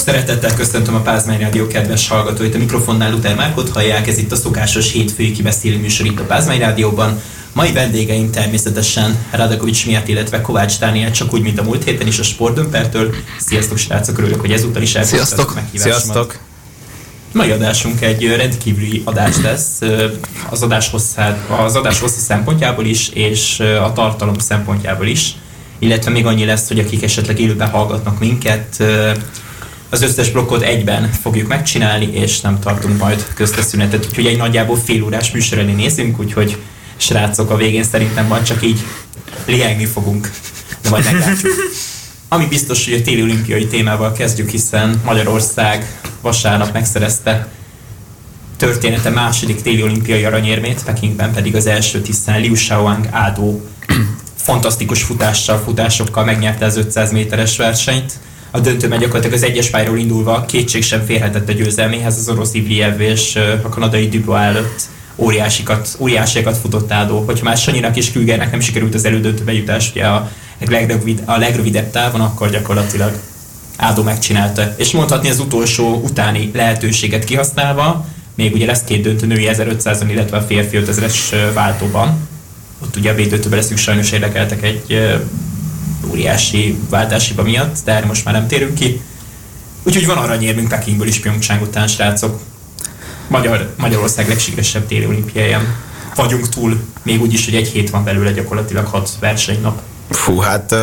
szeretettel köszöntöm a Pázmány Rádió kedves hallgatóit, a mikrofonnál Luther Márkot hallják, ez itt a szokásos hétfői kibeszélő műsor itt a Pázmány Rádióban. Mai vendégeink természetesen Radakovics Mihat, illetve Kovács Dániel, csak úgy, mint a múlt héten is a Sportdömpertől. Sziasztok srácok, örülök, hogy ezúttal is elfogadtatok meghívásomat. Sziasztok! Mai adásunk egy rendkívüli adás lesz, az adás hossza szempontjából is, és a tartalom szempontjából is, illetve még annyi lesz, hogy akik esetleg élőben hallgatnak minket, az összes blokkot egyben fogjuk megcsinálni, és nem tartunk majd közteszünetet, úgyhogy egy nagyjából fél órás műsor elé nézünk, úgyhogy srácok, a végén szerintem majd csak így lihegni fogunk, de majd meglátjuk. Ami biztos, hogy a téli olimpiai témával kezdjük, hiszen Magyarország vasárnap megszerezte története második téli olimpiai aranyérmét, Pekingben pedig az elsőt, hiszen Liu Shaoang Ádó fantasztikus futásokkal megnyerte az 500 méteres versenyt. A döntőben gyakorlatilag az egyes pályáról indulva kétség sem férhetett a győzelméhez, az orosz Ivliev és a kanadai Dubois előtt óriásiakat futott Ádó. Hogyha már Sanyinak és Krügernek nem sikerült az elődöntőbe jutás, ugye a legrövidebb távon, akkor gyakorlatilag Ádó megcsinálta. És mondhatni az utolsó utáni lehetőséget kihasználva, még ugye lesz két döntő női 1500-on, illetve a férfi 5000-es váltóban. Ott ugye a B-döntőben leszünk, sajnos érdekeltek egy óriási váltáshiba miatt, de erre most már nem térünk ki. Úgyhogy van aranyérmünk Pekingből is Pyeongchang után, srácok. Magyarország legsikeresebb téli olimpiáján vagyunk túl, még úgy is, hogy egy hét van belőle, gyakorlatilag 6 versenynap. Fú, hát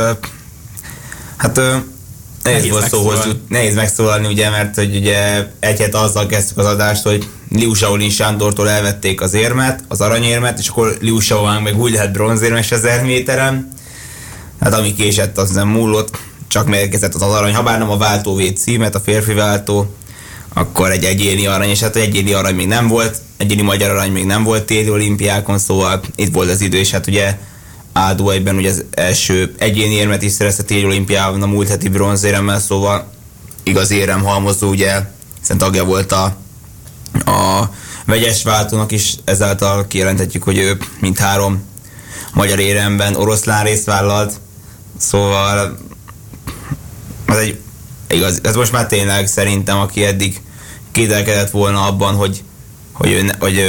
nehéz megszólalni, ugye, mert hogy ugye egy hét azzal kezdtük az adást, hogy Liu Shaolin Sándortól elvették az érmet, az aranyérmet, és akkor Liu Shaoang meg úgy lehet bronzérmes 1000 méteren. Hát ami késett, az nem múlott, csak megérkezett az arany, ha bár nem a váltóvé címet, a férfi váltó, akkor egy egyéni arany, és hát egyéni arany még nem volt, egyéni magyar arany még nem volt téli olimpiákon, szóval itt volt az idő, és hát ugye Ádó egyben ugye az első egyéni érmet is szerezte téli olimpiában a múlt heti bronzéremmel, szóval igaz éremhalmozó, ugye, hiszen tagja volt a vegyes váltónak is, ezáltal kijelenthetjük, hogy ő mindhárom magyar éremben oroszlán részt vállalt, szóval ez most már tényleg szerintem, aki eddig kételkedett volna abban, hogy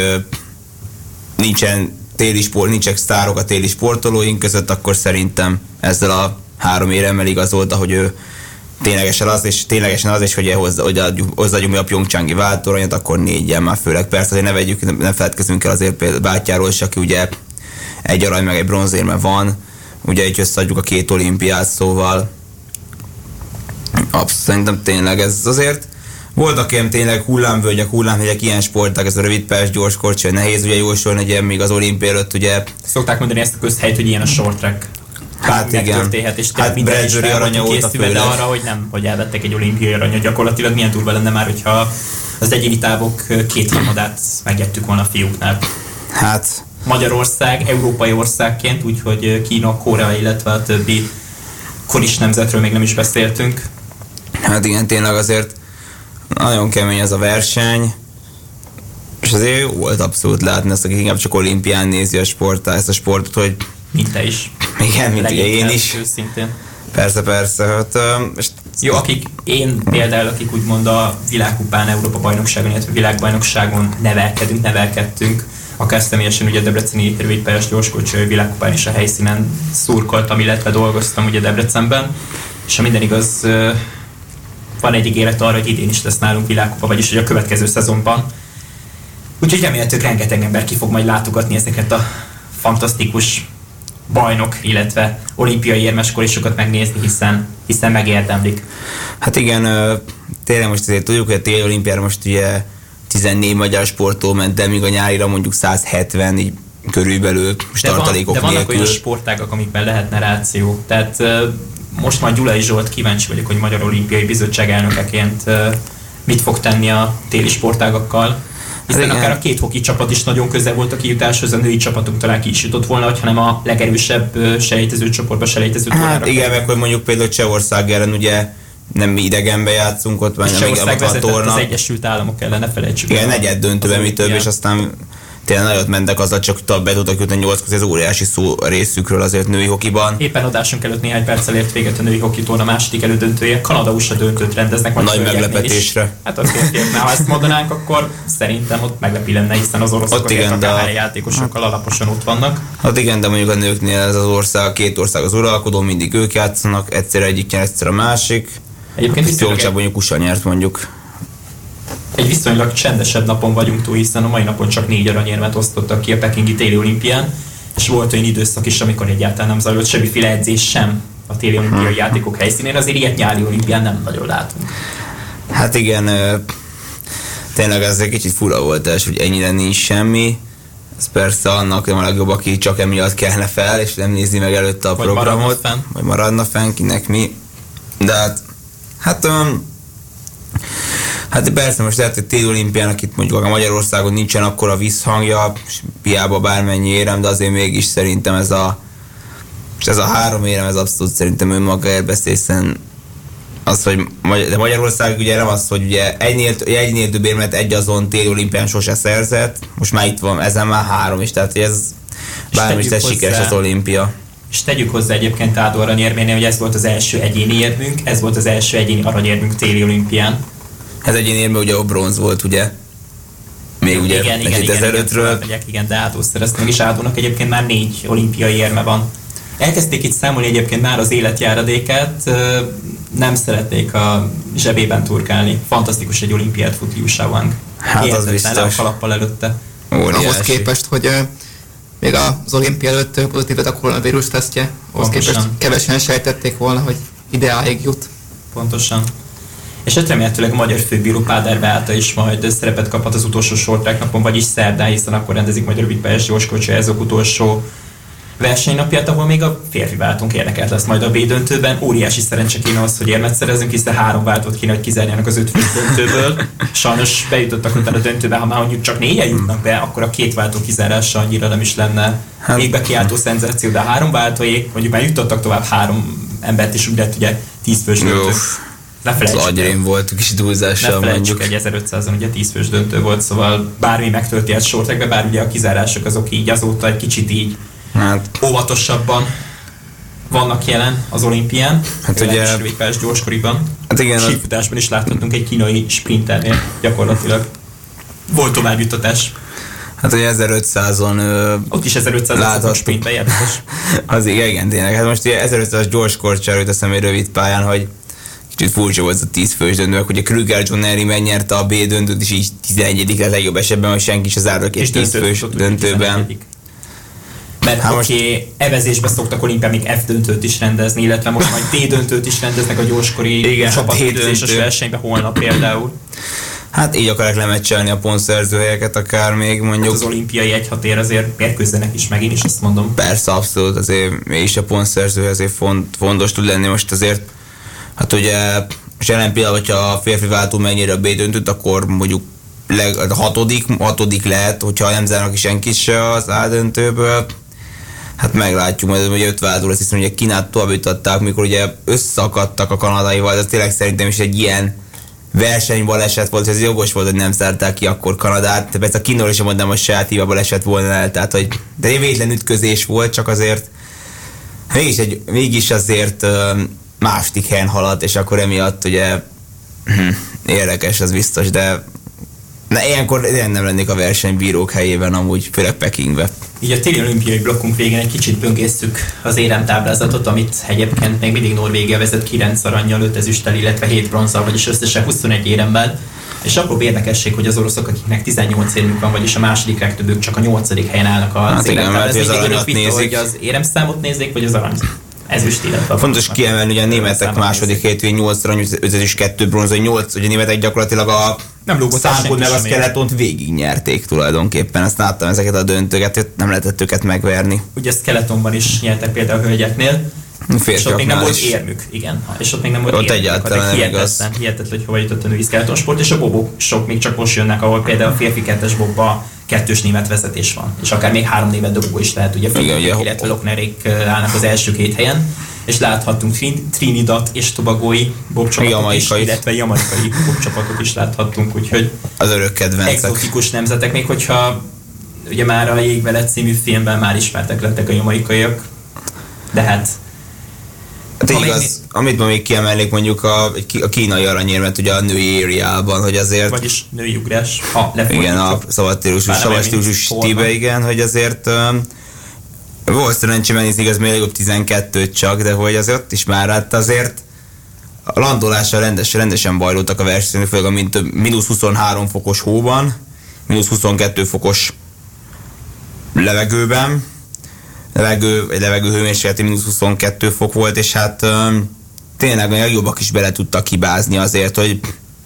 nincsenek sztárok a téli sportolóink között, akkor szerintem ezzel a 3 éremmel igazolta, hogy ő ténylegesen az, és hogy hozzáadjunk mi a pyeongchangi váltóranyat, akkor 4-jel már főleg. Persze, hogy ne feledkezzünk el azért például bátyáról is, aki ugye egy arany meg egy bronzérme van, ugye így összeadjuk a 2 olimpiát, szóval szerintem tényleg ez azért voltak ilyen tényleg hullámhegyek, ilyen sporták, ez a rövid perc, gyors korcsoly, nehéz ugye jósolni, ugye még az olimpia előtt ugye. Szokták mondani ezt a közhelyt, hogy ilyen a short track. Hát igen. És hát minden is aranya óta főleg. De arra, hogy elvettek egy olimpiai aranyat, gyakorlatilag milyen durva lenne már, hogyha az egyéni távok 2/3 megjettük volna a fiúknál. Hát Magyarország, európai országként, úgyhogy Kína, Korea, illetve a többi koris nemzetről még nem is beszéltünk. Hát igen, tényleg azért nagyon kemény ez a verseny, és azért jó volt abszolút látni ezt, aki inkább csak olimpián nézi ezt a sportot, hogy... Mint te is. Igen, mint én is. Őszintén. Persze. Hát, jó, akik úgymond a világkupán, Európa-bajnokságon, illetve világbajnokságon nevelkedtünk, akár személyesen ugye a debreceni rövidpályás gyorskorcsolya világkupán is a helyszínen szurkoltam, illetve dolgoztam ugye Debrecenben, és ha minden igaz, van egy ígéret arra, hogy idén is lesz nálunk világkupa, vagyis hogy a következő szezonban. Úgyhogy remélhetőleg rengeteg ember ki fog majd látogatni ezeket a fantasztikus bajnok, illetve olimpiai érmeskorisokat megnézni, hiszen megérdemlik. Hát igen, tényleg most azért tudjuk, hogy a téli olimpiára most ugye 14 magyar sportoló ment, de míg a nyárira mondjuk 170 így körülbelül tartalékok nélkül. De vannak olyan sportágak, amikben lehetne ráció. Tehát most már Gyulai Zsolt kíváncsi vagyok, hogy Magyar Olimpiai Bizottság elnökeként mit fog tenni a téli sportágakkal. Hiszen akár a 2 hoki csapat is nagyon közel volt a kijutáshoz, a női csapatunk talán ki is jutott volna, hanem a legerősebb selejtező csoportba, selejtező tornára. Hát igen, meg hogy mondjuk például Csehország ellen ugye nem mi idegenbe játszunk, ott már nem még a torna. Az Egyesült Államok ellen, ne felejtsük. Igen, negyed döntőben mi több, és aztán tényleg nagyot mentek, azzal csak be tudtak jutni 8 közé, ez óriási szó részükről azért női hokiban. Éppen adásunk előtt néhány perccel ért véget a női hokitorna második elődöntője. Kanada-USA döntőt rendeznek. Nagy meglepetésre. Hát a férfiaknál, ha ezt mondanánk, akkor szerintem ott meglepi lenne, hiszen az oroszok akár játékosokkal alaposan ott vannak. Hát igen, de mondjuk a nőknél ez az ország, két ország az uralkodó, mindig ők játszanak, egyszer egyik nyer, egyszer a másik. Egyébként mondjuk USA nyert mondjuk. Egy viszonylag csendesebb napon vagyunk túl, hiszen a mai napon csak 4 aranyérmet osztottak ki a pekingi téli olimpián, és volt olyan időszak is, amikor egyáltalán nem zajlott semmiféle edzés sem a téli olimpiai játékok helyszínén, azért ilyet nyári olimpián nem nagyon látunk. Hát igen, tényleg ez egy kicsit fura volt, hogy ennyire nincs semmi. Ez persze annak nem a legjobb, aki csak emiatt kelne fel, és nem nézni meg előtte a programot. Vagy maradna fenn, kinek mi. De hát persze most lehet, hogy téli olimpiának itt mondjuk a Magyarországon nincsen akkora visszhangja, hiába bármennyi érem, de azért mégis szerintem ez a 3 érem, ez abszolút szerintem önmagáért beszél, hiszen az, hogy de Magyarország ugye nem az, hogy ugye egynél több érmet egy azon téli olimpián sose szerzett, most már itt van, ezen már 3 is, tehát ez bármi is ez sikeres az olimpia. És tegyük hozzá egyébként Ádó aranyérménél, hogy ez volt az első egyéni érmünk, ez volt az első egyéni aranyérmünk téli olimpián. Ez egyéni érme ugye a bronz volt, ugye? Még ugye 2005-ről. Igen, de Ádó szerezte meg, és Ádónak egyébként már 4 olimpiai érme van. Elkezdték itt számolni egyébként már az életjáradékát, nem szeretnék a zsebében turkálni. Fantasztikus egy olimpiát fut Liu Shaoang. Hát az biztos. A kalappal előtte. Óriási. Ahhoz képest, hogy még az olimpia előtt pozitív lett a koronavírus tesztje, ahhoz képest kevesen sejtették volna, hogy ideáig jut. Pontosan. És remélhetőleg a magyar főbíró Páder Beáta is majd szerepet kaphat az utolsó sortráknapon, vagyis szerdán, hiszen akkor rendezik majd a rövidpályás gyorskocsiázók utolsó versenynapját, ahol még a férfi váltónk érdekelt lesz majd a B döntőben. Óriási szerencse kéne az, hogy érmet szerezünk, hiszen 3 váltót kéne, hogy kizárjanak az 5 döntőből. Sajnos bejutottak utána a döntőbe, ha már mondjuk csak 4-en jutnak be, akkor a 2 váltó kizárása annyira nem is lenne végbe kiáltó szenzáció, de a 3 váltóék, mondjuk már jutottak tovább 3 embert, és úgy lett ugye 10 fős döntő. Az agyrém volt, kis túlzással mondjuk. Egy 1500-on ugye 10 fős döntő volt, szóval bármi megtörténhet sortrekbe, bár ugye a kizárások azok így azóta egy kicsit így óvatosabban vannak jelen az olimpián, hát ugye rövidpályás gyorskoriban. Hát igen, sífutásban is láthattunk egy kínai sprinternél gyakorlatilag. Volt továbbjuttatás. Hát ugye 1500-on ott is 1500-on sprintben érdekes. Az igen, tényleg. Hát most ugye 1500-as gyorskorcsa jut eszembe egy rövid pályán, hogy kicsit furcsa volt ez a 10 fős döntő, hogy a Krüger John Henry megnyerte a B döntőt, és így 11. lett legjobb esetben, hogy senki se zárva ki 10 fős döntőben. Mert evezésbe szoktak olimpián még F döntőt is rendezni, illetve most majd D döntőt is rendeznek a gyorskori csapatidőzéses versenyben holnap például. Hát így akarják lemecselni a pontszerzőhelyeket akár még mondjuk. Hát az olimpiai 1-6 ér azért mérkőzzenek is meg, én is azt mondom. Persze, abszolút, azért mégis a pontszerző azért fontos tud lenni most azért. Hát ugye jelen pillanatban, hogyha a férfi váltó megnyeri a B döntőt, akkor mondjuk a hatodik lehet, hogyha nem zárnak is senki se az A döntőből. Hát meglátjuk, majd hogy 5 váltó lesz, hiszen ugye Kínát tovább jutották, mikor ugye összeakadtak a kanadaival, de tényleg szerintem is egy ilyen versenybaleset volt, hogy ez jogos volt, hogy nem zárták ki akkor Kanadát. Persze a Kínáról is mondom, hogy saját hibából esett volna el, tehát hogy de egy véletlen ütközés volt, csak azért mégis azért második helyen haladt, és akkor emiatt ugye érdekes, az biztos, de ilyenkor nem lennék a versenybírók helyében amúgy, főleg Pekingbe. Így a téli olimpiai blokkunk végén egy kicsit böngésztük az éremtáblázatot, amit egyébként még mindig Norvégia vezet 9 arannyal, 5 ezüsttel, illetve 7 bronzzal, vagyis összesen 21 éremmel. És apró érdekesség, hogy az oroszok, akiknek 18 érmük van, vagyis a második legtöbbük csak a 8. helyen állnak az éremtáblázatot. Hogy az éremszámot nézzék, vagy az arany ezüst, illetve fontos kiemelni, hogy a németek második hétvégén 8 arany, 5 ezüst, 2 bronz, 8, hogy a németek gyakorlatilag a szánkod meg a skeletont végig nyerték tulajdonképpen. Ezt láttam ezeket a döntőket, nem lehetett őket megverni. Ugye a skeletonban is nyertek például a hölgyeknél. És ott még nem volt érmük, igen. És ott még nem volt ott egyáltalán hihetetlen, hogy hova jutott a női skeletonsport, és a bobok sok még csak most jönnek, ahol például a férfi 2-es bobba 2-ös német vezetés van. És akár még 3 német dobogó is lehet, ugye illetve Lochnerék állnak az első 2 helyen. És láthattunk Trinidad és Tobagói bobcsapatot is, illetve jamaikai bobcsapatot is láthattunk, úgyhogy az örök kedvencek. Exotikus nemzetek, még hogyha ugye már a Jégvelet című filmben már ismertek lettek a jamaikaiak, de hát igaz, amit ma még kiemelnék mondjuk a kínai aranyérmet ugye a női ériában, hogy azért... Vagyis női ugrás, igen, a szabadtílusú stíbe, igen, hogy azért volt szerencsém elnézni, igaz, még jobb 12 csak, de hogy azért ott is már hát azért a landolással rendesen bajlottak a versenyzők, főleg a mínusz 23 fokos hóban, mínusz 22 fokos levegőben, levegő hőmérsékleti mínusz 22 fok volt, és hát tényleg a legjobbak is bele tudtak hibázni azért, hogy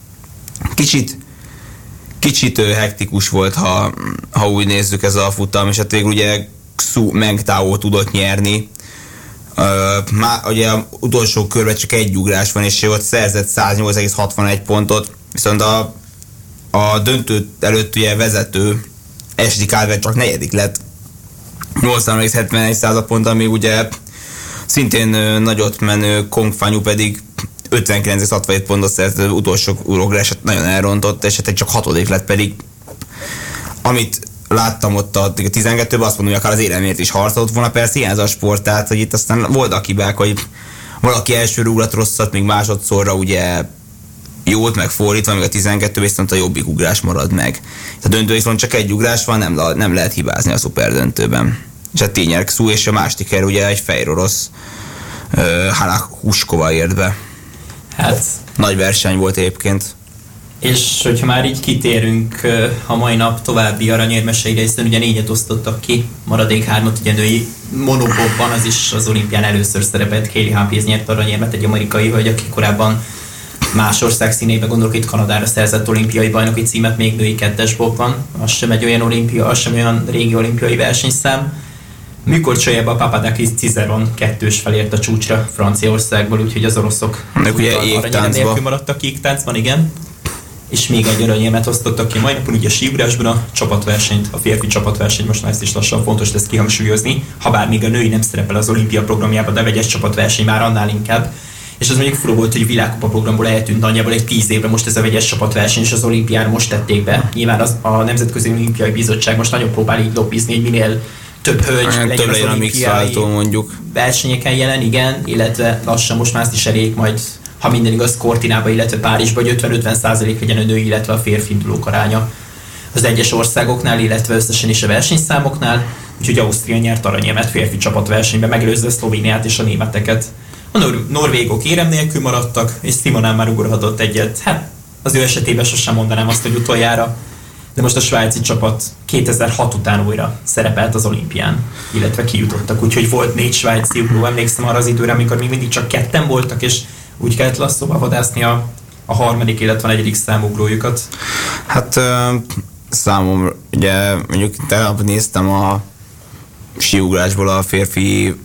kicsit hektikus volt, ha úgy nézzük ez a futam, és hát végül ugye Xu Meng Tao tudott nyerni. Ugye az utolsó körben csak egy ugrás van, és ott szerzett 108,61 pontot, viszont a döntő előtt ugye vezető Ashley Calvert csak negyedik lett 80,71 ponttal, még ugye szintén nagyot menő Kong Fanyu pedig 59,67 pontot szerzett, utolsó ugrását nagyon elrontott, és hát csak hatodik lett, pedig amit láttam ott a 12-ben, azt mondom, hogy akár az élemért is harcolt volna, persze ilyen ez a sport, tehát hogy itt aztán voltak hibák, hogy valaki elsőre ugrat rosszat, még másodszorra ugye jót, meg fordítva, még a 12-ben viszont a jobbik ugrás marad meg. A döntő viszont csak egy ugrás van, nem lehet hibázni a szuper döntőben. És a Tényer Xu, és a másik helyre ugye egy fehér orosz Halak Huskova ért be. Hát nagy verseny volt egyébként. És hogyha már így kitérünk a mai nap további aranyérmeseire, hiszen ugye 4-et osztottak ki, maradék 3-at ugye női monobobban, az is az olimpián először szerepelt, Kaylee Humphries nyert aranyérmet, egy amerikai hölgy, aki korábban más ország színeiben, gondolok itt Kanadára szerzett olimpiai bajnoki címet, még női kettes bobban, az sem egy olyan olimpia, az sem olyan régi olimpiai versenyszám. Mikor Csajában Papadakis Cizeron 2-s felért a csúcsra Franciaországból, úgyhogy az oroszok aranyérem nélkül maradtak jégtáncban, igen. És még egy aranyérmet osztottak ki majd napon, ugye a síugrásban a csapatversenyt, a férfi csapatversenyt, most már ezt is lassan fontos lesz kihangsúlyozni, ha bár még a női nem szerepel az olimpia programjában, de a vegyes csapatverseny már annál inkább. És az mondjuk fura volt, hogy a világkupa programból eltűnt nagyjából egy 10 évre most ez a vegyes csapatverseny, és az olimpián most tették be. Nyilván a Nemzetközi Olimpiai Bizottság most nagyon próbál így lobbizni, hogy minél több hölgy legyen az olimpiai mondjuk versenyeken jelen, igen, illetve lassan most már azt is elég majd, ha minden igaz, Cortinába, illetve Párizsba, hogy 50-50% legyen a női, illetve a férfi indulók aránya az egyes országoknál, illetve összesen is a versenyszámoknál, úgyhogy Ausztria nyert aranyérmet férfi csapatversenyben, megelőzve Szlovéniát és a németeket. A norvégok érem nélkül maradtak, és Simonán már ugorhatott egyet. Hát az ő esetében sosem mondanám azt, hogy utoljára, de most a svájci csapat 2006 után újra szerepelt az olimpián, illetve kijutottak, úgyhogy volt 4 svájci ugró, emlékszem arra az időre, amikor még mindig csak 2 voltak, és úgy kellett lasszóba vadászni a harmadik, illetve a 4. számú ugrójukat. Hát számomra, ugye mondjuk tegnap néztem a síugrásból a férfi,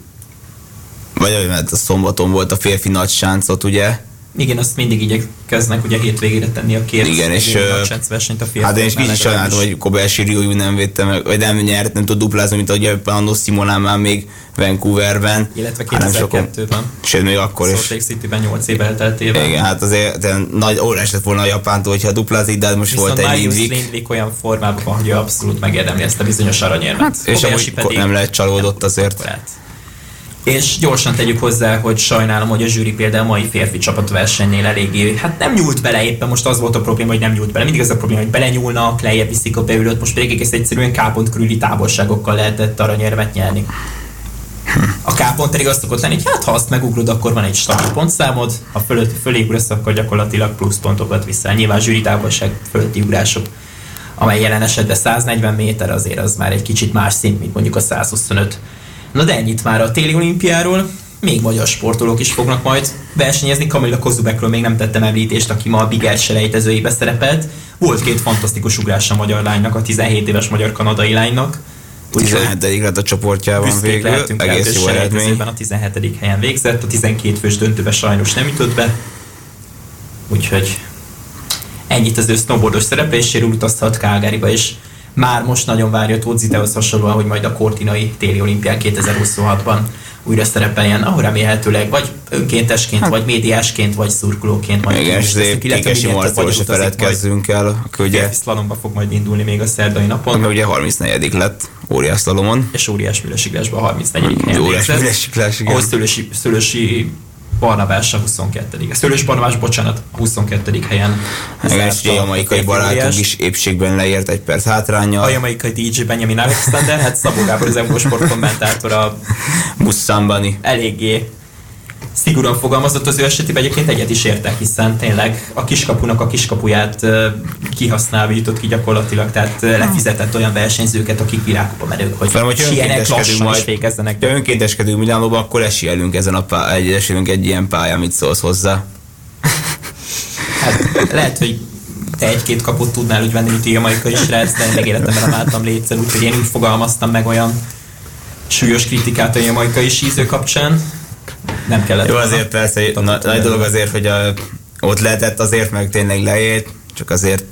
vagy mert a szombaton volt a férfi nagysáncot, ugye? Igen, azt mindig igyekeznek ugye hétvégére tenni a két nagysáncversenyt a férfi. Hát én is kicsit sajnálom, hogy Kobayashi Ryu nem védte meg, vagy nem nyert, nem tud duplázni, mint ahogy annó Simonán már még Vancouverben. Illetve 2002-ben. Sőt, még akkor is. Salt Lake Cityben 8 év elteltével. Igen, hát azért nagy órás lett volna a Japántól, hogyha duplázik, de most viszont volt egy Lindvik olyan formában van, hogy abszolút megérdemli ezt a bizonyos aranyérmet. Hát, és amúgy nem lehet csalódott azért. És gyorsan tegyük hozzá, hogy sajnálom, hogy a zsűri például a mai férfi csapatversenynél eléggé, hát nem nyúlt bele éppen, most az volt a probléma, hogy nem nyúlt bele. Mindig az a probléma, hogy belenyúlnak, lejjebb viszik a beülőt, most pedig egész egyszerűen K-pont körüli távolságokkal lehetett aranyérmet nyerni. A K-pont pedig azt szokott lenni, hogy hát ha azt megugrod, akkor van egy stabil pontszámod, ha fölé ugrasz, akkor gyakorlatilag plusz pontokat viszel. Nyilván zsűri távolság fölötti ugrások, amely jelen esetben 140 méter, azért az már egy kicsit más szint, mint mondjuk a 125. Na de ennyit már a téli olimpiáról, még magyar sportolók is fognak majd versenyezni. Kamila Kozubekről még nem tettem említést, aki ma a Big Air selejtezőibe szerepelt. Volt 2 fantasztikus ugrás a magyar lánynak, a 17 éves magyar-kanadai lánynak. 17. lett a csoportjában végül, egész jó eredmény. A 17. helyen végzett, a 12 fős döntőbe sajnos nem jutott be. Úgyhogy ennyit az ő snowboardos szerepléséről, utazhat Calgaryba, és már most nagyon várja Tóth Zitehoz hasonlóan, hogy majd a cortinai téli olimpián 2026-ban újra szerepeljen, ahol remélhetőleg vagy önkéntesként, vagy médiásként, vagy szurkolóként majd. Igen, és Kékesi Marcról se feledkezzünk el, aki ugye szlalomba fog majd indulni még a szerdai napon. Ami ugye 34. lett óriás szlalomon. És óriás műlesiklásban a 34. helyen óriás műlesiklás, igen. Ahhoz Szőlősi Barnabás a 22. Szőlős Barnabás, bocsánat, a 22. helyen. Igen, és ugye a jamaikai barátunk is épségben leért 1 perc hátránnyal. A jamaikai DJ Benjamin Alexander, hát Szabó Gábor, az Eurosport kommentátora Muszambani. Eléggé szigorúan fogalmazott az ő esetében, egyébként egyet is értek, hiszen tényleg a kiskapunak a kiskapuját kihasználva jutott ki gyakorlatilag, tehát lefizetett olyan versenyzőket, akik világkupa menők, hogy sienek lassan is végezzenek. Ha önkénteskedünk Milánóba, akkor esielünk egy ilyen pályán, mit szólsz hozzá? Hát lehet, hogy te 1-2 kaput tudnál úgy venni, mint a jamaikai srác, de még életemben nem álltam létszer, úgyhogy én úgy fogalmaztam meg olyan súlyos kritikát a jamaikai síző kapcsán. Nem kellett. Jó, azért persze, nagy dolog azért, hogy ott azért, meg tényleg leért, csak azért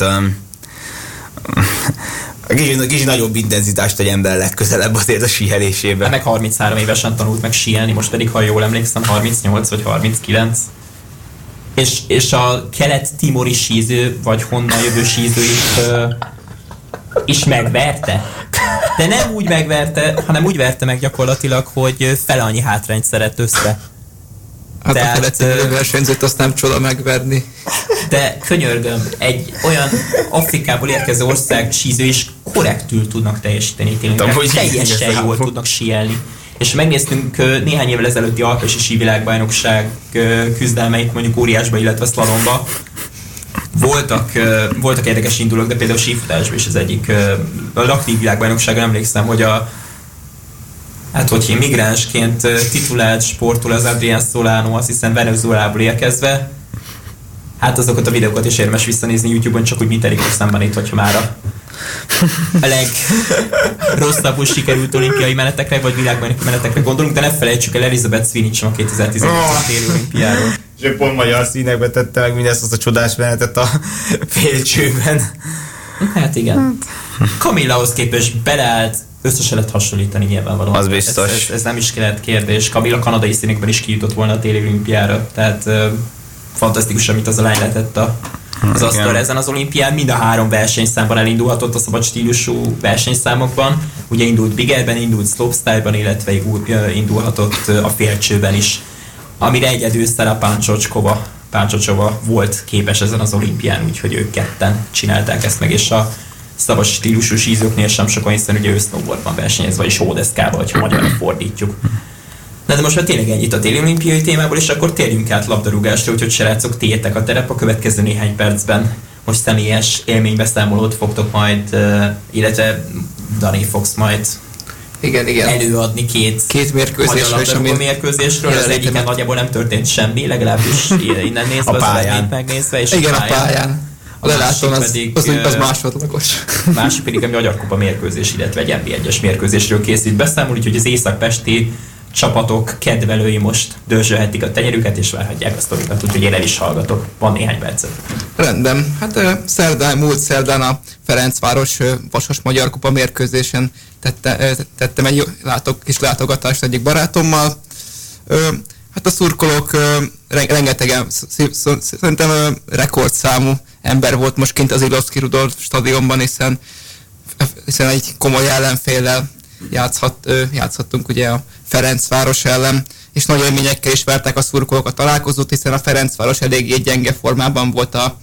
kicsit nagyobb intenzitást tegyen bele legközelebb azért a síelésében. Meg 33 évesen tanult meg síelni, most pedig, ha jól emlékszem, 38 vagy 39. És a kelet-timori síző, vagy honnan jövő síző is megverte. De nem úgy megverte, hanem úgy verte meg gyakorlatilag, hogy fele annyi hátrányt szedett össze. Hát tehát, a keleti versenyzőt azt nem csoda megverni. De könyörgöm, egy olyan Afrikából érkező ország síző is korrektül tudnak teljesíteni tényleg. Teljesen jól tudnak síelni. És megnéztünk néhány évvel ezelőtti alpesi sívilágbajnokság küzdelmeit, mondjuk óriásba, illetve szlalomba. Voltak érdekes indulók, de például sífutásban is az egyik aktív világbajnokságon emlékszem, hogy hogy migránsként titulált sportol az Adrián Solano, azt hiszem Venezuelából érkezve. Hát azokat a videókat is érdemes visszanézni YouTube-on, csak úgy mint Erikos szemben itt, hogyha már a legrosszabbul sikerült olimpiai menetekre, vagy világbajnoki menetekre gondolunk, de ne felejtsük el Elizabeth Svinicson a 2018 téli olimpiáról. És ő pont magyar színekbe tette meg mindezt, az a csodás menetet a félcsőben. Hát igen. Camillahoz képest beleállt, össze se lehet hasonlítani nyilvánvalóan. Az biztos. Ez nem is kellett kérdés. Camilla kanadai színekben is kijutott volna a téli olimpiára, tehát fantasztikus, amit az a lány letett az asztalra ezen az olimpián. Mind a 3 versenyszámban elindulhatott a szabad stílusú versenyszámokban. Ugye indult big airben, indult slopestyle-ban, illetve indulhatott a félcsőben is. Amire egyedül Szara Páncsocsova volt képes ezen az olimpián, úgyhogy ők ketten csinálták ezt meg, és a szabad stílusú sízőknél sem sokan, hiszen ugye ő snowboardban versenyez, vagyis hódeszkával, hogyha magyarra fordítjuk. De most már tényleg ennyit a téli olimpiai témából, és akkor térjünk át labdarúgásra, úgyhogy srácok, tiétek a terep a következő néhány percben. Most személyes élménybeszámolót fogtok majd, illetve Dani fogsz majd igen. előadni két mérkőzésről. Az egyiken nagyjából nem történt semmi, legalábbis innen nézve, az eredményt megnézve, és igen, a pályán. A lelátón az másodlagos. Másik pedig a Magyar Kupa mérkőzés, illetve egy NB1-es mérkőzésről készült beszámol, úgyhogy az északpesti csapatok kedvelői most dörzsölhetik a tenyerüket, és várhatják a sztorikat, úgyhogy én el is hallgatok. Van néhány percet. Rendben. Hát múlt szerdán a Ferencváros Vasas Magyar Kupa mérkőzésen tettem egy kis látogatást egyik barátommal. Hát a szurkolók rengetegen, szerintem rekordszámú ember volt most kint az Illovszky Rudolf stadionban, hiszen egy komoly ellenféllel játszhattunk ugye a Ferencváros ellen, és nagy élményekkel is várták a szurkolók a találkozót, hiszen a Ferencváros eléggé gyenge formában volt a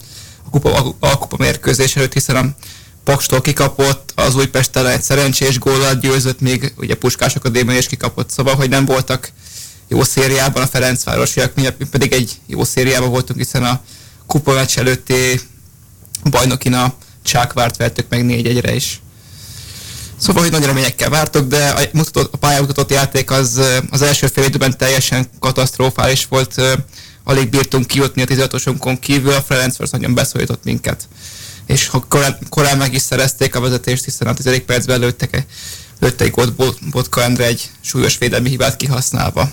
kupa mérkőzés előtt, hiszen a Pakstól kikapott, az Újpest ellen egy szerencsés góllal győzött, még ugye Puskás Akadémia is kikapott, szóval, hogy nem voltak jó szériában a Ferencvárosiak, mi pedig egy jó szériában voltunk, hiszen a kupa meccs előtti bajnokin a Csákvárt vertük meg 4-1-re is. Szóval, hogy nagy reményekkel vártok, de a pályamutatott játék az első fél időben teljesen katasztrofális volt. Alig bírtunk kijutni a 15-osunkon kívül, a Ferencváros nagyon beszólított minket. És korán meg is szerezték a vezetést, hiszen a 10. percben lőtte egy gólt Botka Endre egy súlyos védelmi hibát kihasználva.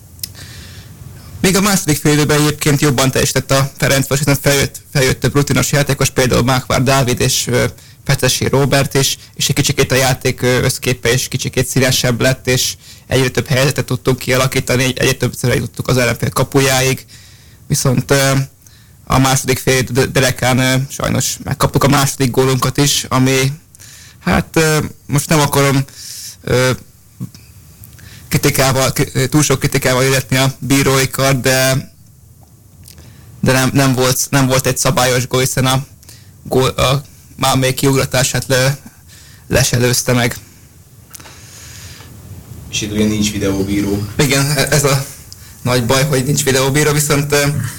Még a második fél időben egyébként jobban teljesített a Ferencváros, hiszen feljött több rutinos játékos, például Mákvár Dávid és Fecesi Róbert is, és egy kicsikét a játék összképe is kicsikét színesebb lett, és egyre több helyzetet tudtunk kialakítani, egyre többször jutottuk az ellenfél kapujáig, viszont a második fél derekán sajnos megkaptuk a második gólunkat is, ami hát most nem akarom túl sok kritikával illetni a bíróikat, de nem volt egy szabályos gól, hiszen a már még kiugratását leselőzte meg. És itt ugye nincs videóbíró. Igen, ez a nagy baj, hogy nincs videóbíró, viszont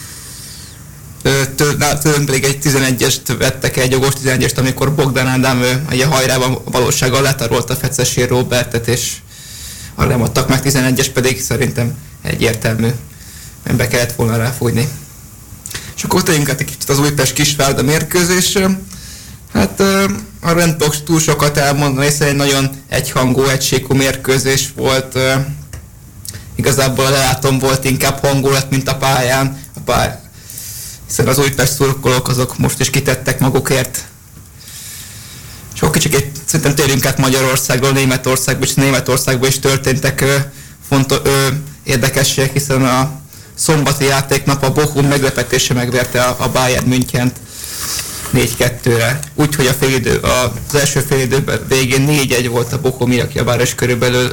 tőlünk pedig egy 11-est vettek, egy jogos 11-est, amikor Bogdan Ádám egy hajrában valósággal letarolta Fecesi Róbertet, és arra nem adtak meg 11-es, pedig szerintem egyértelmű, be kellett volna ráfújni. És akkor tegyünk át egy kicsit az Újpest-Kisvárda mérkőzésre. Hát arra nem tudok túl sokat elmondani, hiszen egy nagyon egyhangú, egységű mérkőzés volt. Igazából a lelátom volt inkább hangulat, mint a pályán. Hiszen az Újpest szurkolók azok most is kitettek magukért. És akkor kicsit szerintem térjünk át Magyarországról, Németországba, és Németországban is történtek érdekességek, hiszen a szombati játéknap a Bochum meglepetése megverte a Bayern Münchent 4-2-re. Úgyhogy az első félidőben végén 4-1 volt a Bochumi, aki a város körülbelül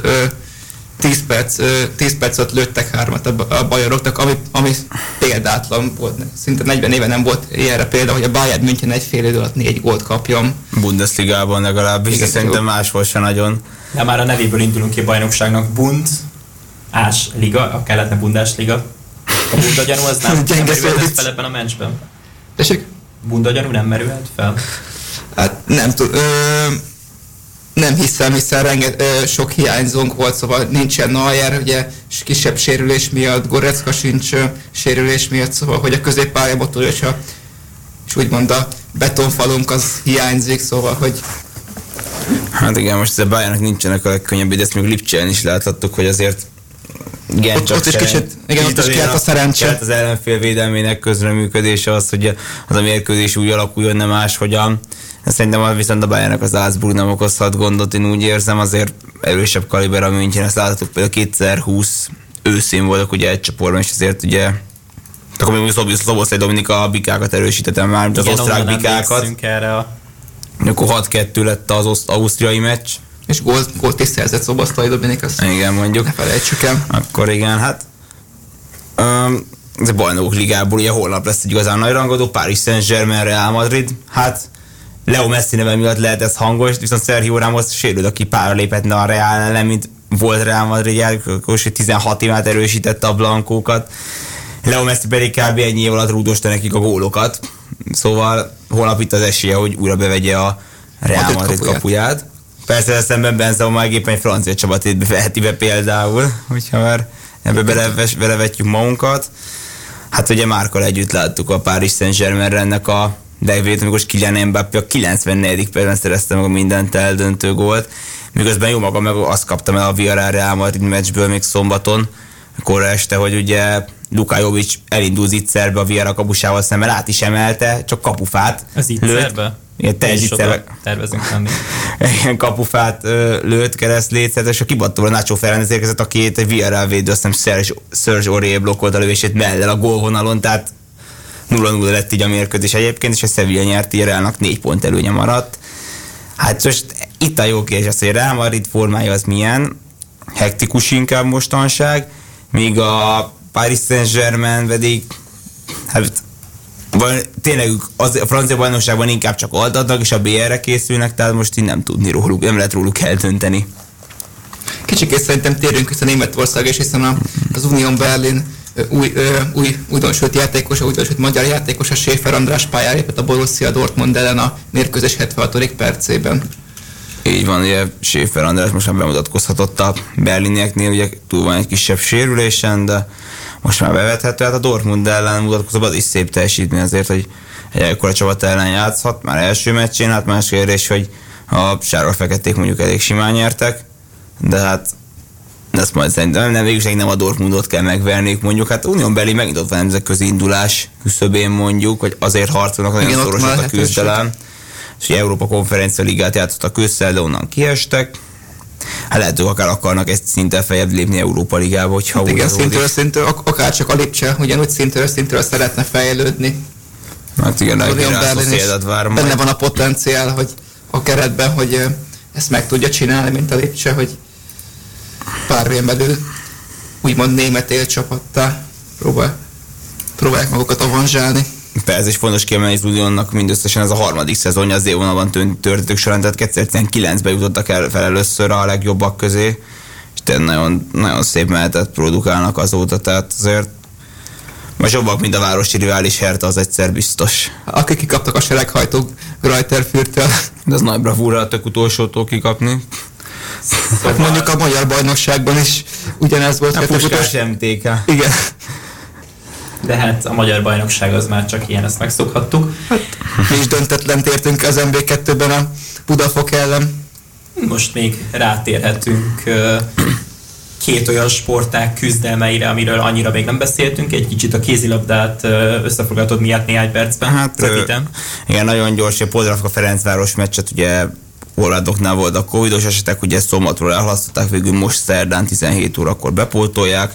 10 percet lőttek 3-at a bajoroknak, ami példátlan volt. Szinte 40 éve nem volt ilyenre példa, hogy a Bayern München egy fél idő alatt 4 gólt kapjon. Bundesligában legalábbis, de szerintem máshol se nagyon. De már a nevéből indulunk ki a bajnokságnak. Bund, Ás Liga, a keletne Bundesliga. A Bunda gyanú az nem merülhet fel ebben a meccsben. Tessék? Bunda gyanú nem merülhet fel? Hát nem tudom. Nem hiszem, hiszen sok hiányzónk volt, szóval nincsen Neuer, ugye kisebb sérülés miatt, Goretzka sincs sérülés miatt, szóval hogy a középpályából és úgymond a betonfalunk az hiányzik, szóval hogy... Hát igen, most a Bayernnek nincsenek a legkönnyebb, de ezt még Lipcsén is láthattuk, hogy azért igen, ott is kicsit, igen, ott is kellett a szerencse. Kellett az ellenfél védelmének közreműködése az, hogy az a mérkőzés úgy alakuljon, nem máshogyan. Szerintem viszont a Bayernnek az Salzburg nem okozhat gondot, én úgy érzem, azért erősebb kaliber a München, ezt láthatjuk például 2020 őszén voltak ugye egy csoportban, és azért ugye akkor még Szoboszlai Dominika a bikákat erősítettem már, mint az osztrák bikákat. Akkor 6-2 lett az ausztriai meccs. És gólt is szerzett Szoboszlai Dominika, azt igen, mondjuk. Ne felejtsük el. Akkor igen, hát ez a bajnokok ligából ugye holnap lesz egy igazán nagy rangadó, Paris Saint-Germain, Real Madrid, hát Leo Messi neve miatt lehet ez hangos, viszont Sergio Ramos sérült, aki párra léphetne a Real ellen, mint volt Real Madrid játékos, hogy 16 évát erősítette a blankókat. Leo Messi pedig kb. Ennyi év alatt rúdosta nekik a gólokat. Szóval holnap itt az esélye, hogy újra bevegye a Real Madrid kapuját. Persze szemben Benzema már éppen egy francia csapatét veheti be például, hogyha már ebbe belevetjük magunkat. Hát ugye Márkkal együtt láttuk a Paris Saint-Germain ennek a debütjét, amikor Kylian Mbappé a 94. percben szerezte meg a mindent eldöntő gólt. Miközben jó magam meg azt kaptam el a Villarreal Real Madrid meccsből még szombaton, akkor este, hogy ugye Luka Jovic elindult Zitzerbe a Villarreal kapusával szemben, át is emelte, csak kapufát az Zitzerbe? Igen, te Zitzerbe. Tervezünk lenni. Igen, kapufát lőtt keresztlécet, és a kibattóra Nacho Fernández érkezett, a két Villarreal védő, azt hiszem Serge Aurier blokkolt a lövését mellel a gólvonalon, tehát 0-0 lett így a mérkőzés egyébként, és a Sevilla nyert, így Realnak 4 pont előnye maradt. Hát most itt a jó kérdés az, hogy a Real Madrid formája az milyen, hektikus inkább mostanság, míg a Paris Saint-Germain pedig, hát tényleg a francia bajnokságban inkább csak altatnak, és a BR-re készülnek, tehát most így nem tudni róluk, nem lehet róluk eldönteni. Kicsikét szerintem térjünk vissza Németország, és hiszen az Union Berlin újdonsült játékos, újdonsült magyar játékos, a Schäfer András pályára lépett a Borussia Dortmund ellen a mérkőzés 76. percében. Így van, ugye Schäfer András most már bemutatkozhatott a berlinieknél, ugye túl van egy kisebb sérülésen, de most már bevethető, hát a Dortmund ellen mutatkozó, az is szép teljesítmény azért, hogy egy ekkora csapat ellen játszhat, már első meccsén, hát más kérdés, hogy a sárga-feketék mondjuk elég simán nyertek, de hát ezt majd szerintem nem a Dortmundot kell megverniük, mondjuk, hát Union Berlin megint ott van nemzetközi indulás küszöbén mondjuk, hogy azért harcolnak, nagyon szorosak a küzdelem. és Európa Konferencia Ligát játszottak ősszel, de onnan kiestek. Hát lehet, hogy akár akarnak ezt szinttel feljebb lépni Európa Ligába, hogyha hát igen, szintről, akár csak a Lipcse, ugyanúgy szintről szeretne fejlődni. Hát igen, benne van a potenciál, hogy a keretben, hogy ezt meg tudja csinálni, mint a Lipcse, hogy pár évn belül úgymond német élcsapattá próbálják magukat avanzsálni. Persze, és fontos kiemelni, hogy az Unionnak mindösszesen ez a harmadik szezonja az évvonalban történtük során, tehát 2019-ben jutottak el fel először a legjobbak közé, és tényleg nagyon, nagyon szép menetet produkálnak azóta, tehát azért most jobbak, mint a városi rivális Hertha, az egyszer biztos. Akik kikaptak a sereghajtó Greuther Fürthtől. De az nagy bravúra tök utolsótól kikapni. Szóval... mondjuk a magyar bajnokságban is ugyanez volt. A Puskás MTK. Igen. De hát a magyar bajnokság az már csak ilyen, ezt megszokhattuk. Hát, mi is döntetlen értünk az MB2-ben a Budafok ellen. Most még rátérhetünk két olyan sportág küzdelmeire, amiről annyira még nem beszéltünk. Egy kicsit a kézilabdát összefoglaltod miatt néhány percben. Hát igen, nagyon gyors, a Podravka Ferencváros meccset ugye horvátoknál voltak covidos esetek, ugye szombatról elhalasztották, végül most szerdán 17 órakor bepótolják.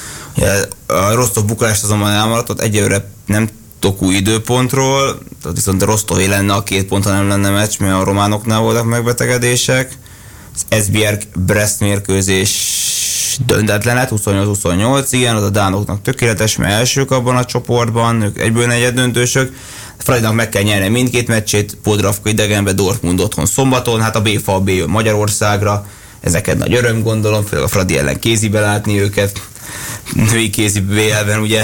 A Rostov Bukarest azonban elmaradott, egyelőre nem tudok új időpontról, tehát viszont a Rostové lenne a 2 pont, ha nem lenne meccs, mert a románoknál voltak megbetegedések. Az Esbjerg Brest mérkőzés döntetlen lett, 28-28, igen, az a dánoknak tökéletes, mert elsők abban a csoportban, ők egyből negyeddöntősök. Fradinak meg kell nyerni mindkét meccsét, Podravka idegenbe, Dortmund otthon szombaton, hát a BFAB jön Magyarországra, ezeket nagy öröm gondolom, főleg a Fradi ellen kézibe látni őket, női kézi BL-ben ugye.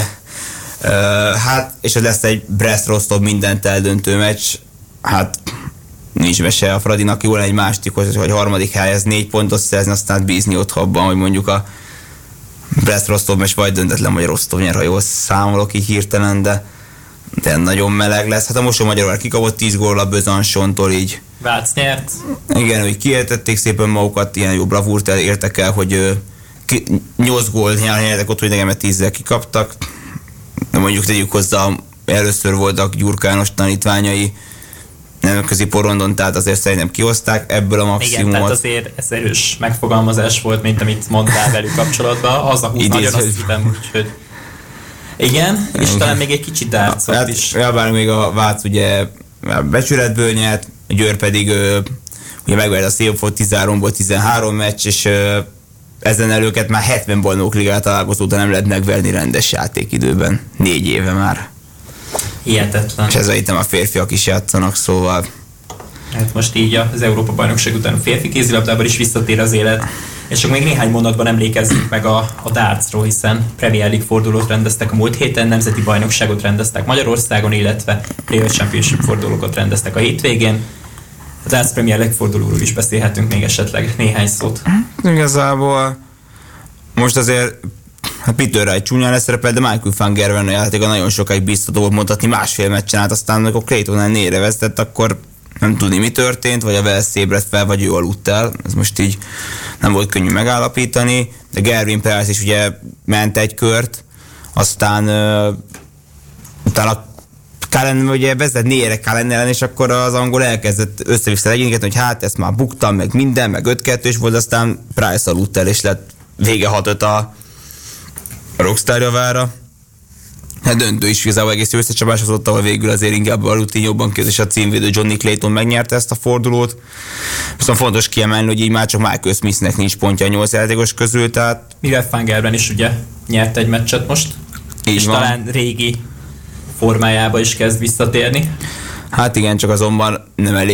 Hát, és ez lesz egy Brest-Rostov mindent eldöntő meccs, hát nincs mese a Fradinak, jó lenne egy második vagy harmadik helyhez 4 pontot szerzni, aztán bízni ott abban, hogy mondjuk a Brest-Rostov meccs vagy döntetlen, vagy Rostov nyer, ha jól számolok így hirtelen, de nagyon meleg lesz. Hát a Mosó-Magyarország kikapott 10 góllal a Besançontól így. Vác nyert. Igen, hogy kiértették szépen magukat, ilyen jó bravúrt értek el, hogy 8 gólt nyertek ott, hogy nekem 10-zel kikaptak. De mondjuk tegyük hozzá, először voltak Gyurkános tanítványai nemzetközi porondon, tehát azért szerintem kihozták ebből a maximumot. Igen, tehát azért ez erős megfogalmazás volt, mint amit mondtál velük kapcsolatban. Az a 20 nagyon azt hittem, úgyhogy igen, és talán még egy kicsit dárcot hát, is. Ja, bár még a Vác ugye becsületből nyert, a Győr pedig ugye megvert a Szélfot 13-ból 13 meccs, és ezen előket már 70 bajnok ligát találkozó, de nem lehet megverni rendes játékidőben. 4 éve már. Hihetetlen. És ezzel itt a férfiak is játszanak, szóval... Hát most így az Európa-bajnokság után a férfi kézilabdában is visszatér az élet. És csak még néhány mondatban emlékezzünk meg a dartsról, hiszen Premier League fordulót rendeztek a múlt héten, nemzeti bajnokságot rendeztek Magyarországon, illetve Player Championship fordulókat rendeztek a hétvégén. A darts Premier League fordulóról is beszélhetünk még esetleg néhány szót. Igazából most azért Peter Wright csúnyán leszerepelt, de Michael van Gerwen a játéka nagyon sokáig biztató volt mondhatni, másfél meccsen át, aztán amikor Claytonnál 4-re vezetett, akkor nem tudni mi történt, vagy a Wales ébredt fel, vagy ő aludt el. Ez most így nem volt könnyű megállapítani, de Gerwin Price is ugye ment egy kört, aztán utána Cullen ugye vezet 4-re Cullen ellen, és akkor az angol elkezdett össze-vissza legényeket, hogy hát ezt már buktam, meg minden, meg 5-2-s volt, aztán Price aludt el, és lett vége 6-5 a Rockstar javára. Hát döntő is igazából egész összecsapás az ott, ahol végül azért inkább a rutin jobban kéz, és a címvédő Johnny Clayton megnyerte ezt a fordulót. Viszont fontos kiemelni, hogy így már csak Michael Smithnek nincs pontja a 8 játékos közül, tehát... Mivel Van Gerwen is ugye nyert egy meccset most, így és van. Talán régi formájába is kezd visszatérni. Hát igen, csak azonban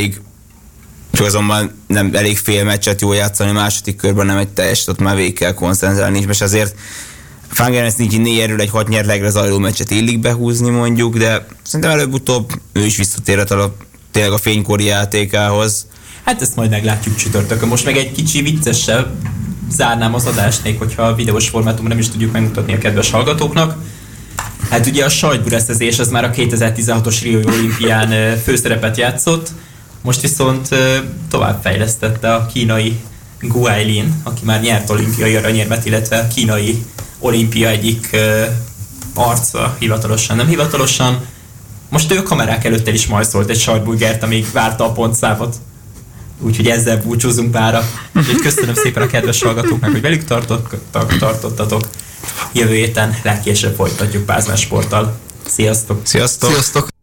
nem elég fél meccset jól játszani, második körben nem egy teljesített, már végig kell koncentrálni, és azért Van Gerwen nincs 4-ről egy 6 nyerlegre zajló meccset illik behúzni mondjuk, de szerintem előbb-utóbb ő is visszatérhet tényleg a fénykori játékához. Hát ezt majd meglátjuk csütörtökön. Most meg egy kicsi viccessel zárnám az adást még, hogyha a videós formátumban nem is tudjuk megmutatni a kedves hallgatóknak. Hát ugye a sajtbureszezés az már a 2016-os Riói olimpián főszerepet játszott, most viszont továbbfejlesztette a kínai Guailin, aki már nyert olimpiai aranyérmet, illetve a kínai olimpia egyik arca hivatalosan, nem hivatalosan. Most ő a kamerák előtt el is majszolt egy sajtburgert, amíg várta a pontszámot. Úgyhogy ezzel búcsúzunk mára. Úgyhogy köszönöm szépen a kedves hallgatóknak, hogy velük tartottatok. Jövő héten legkésőbb folytatjuk Pázmás Sporttal. Sziasztok! Sziasztok! Sziasztok!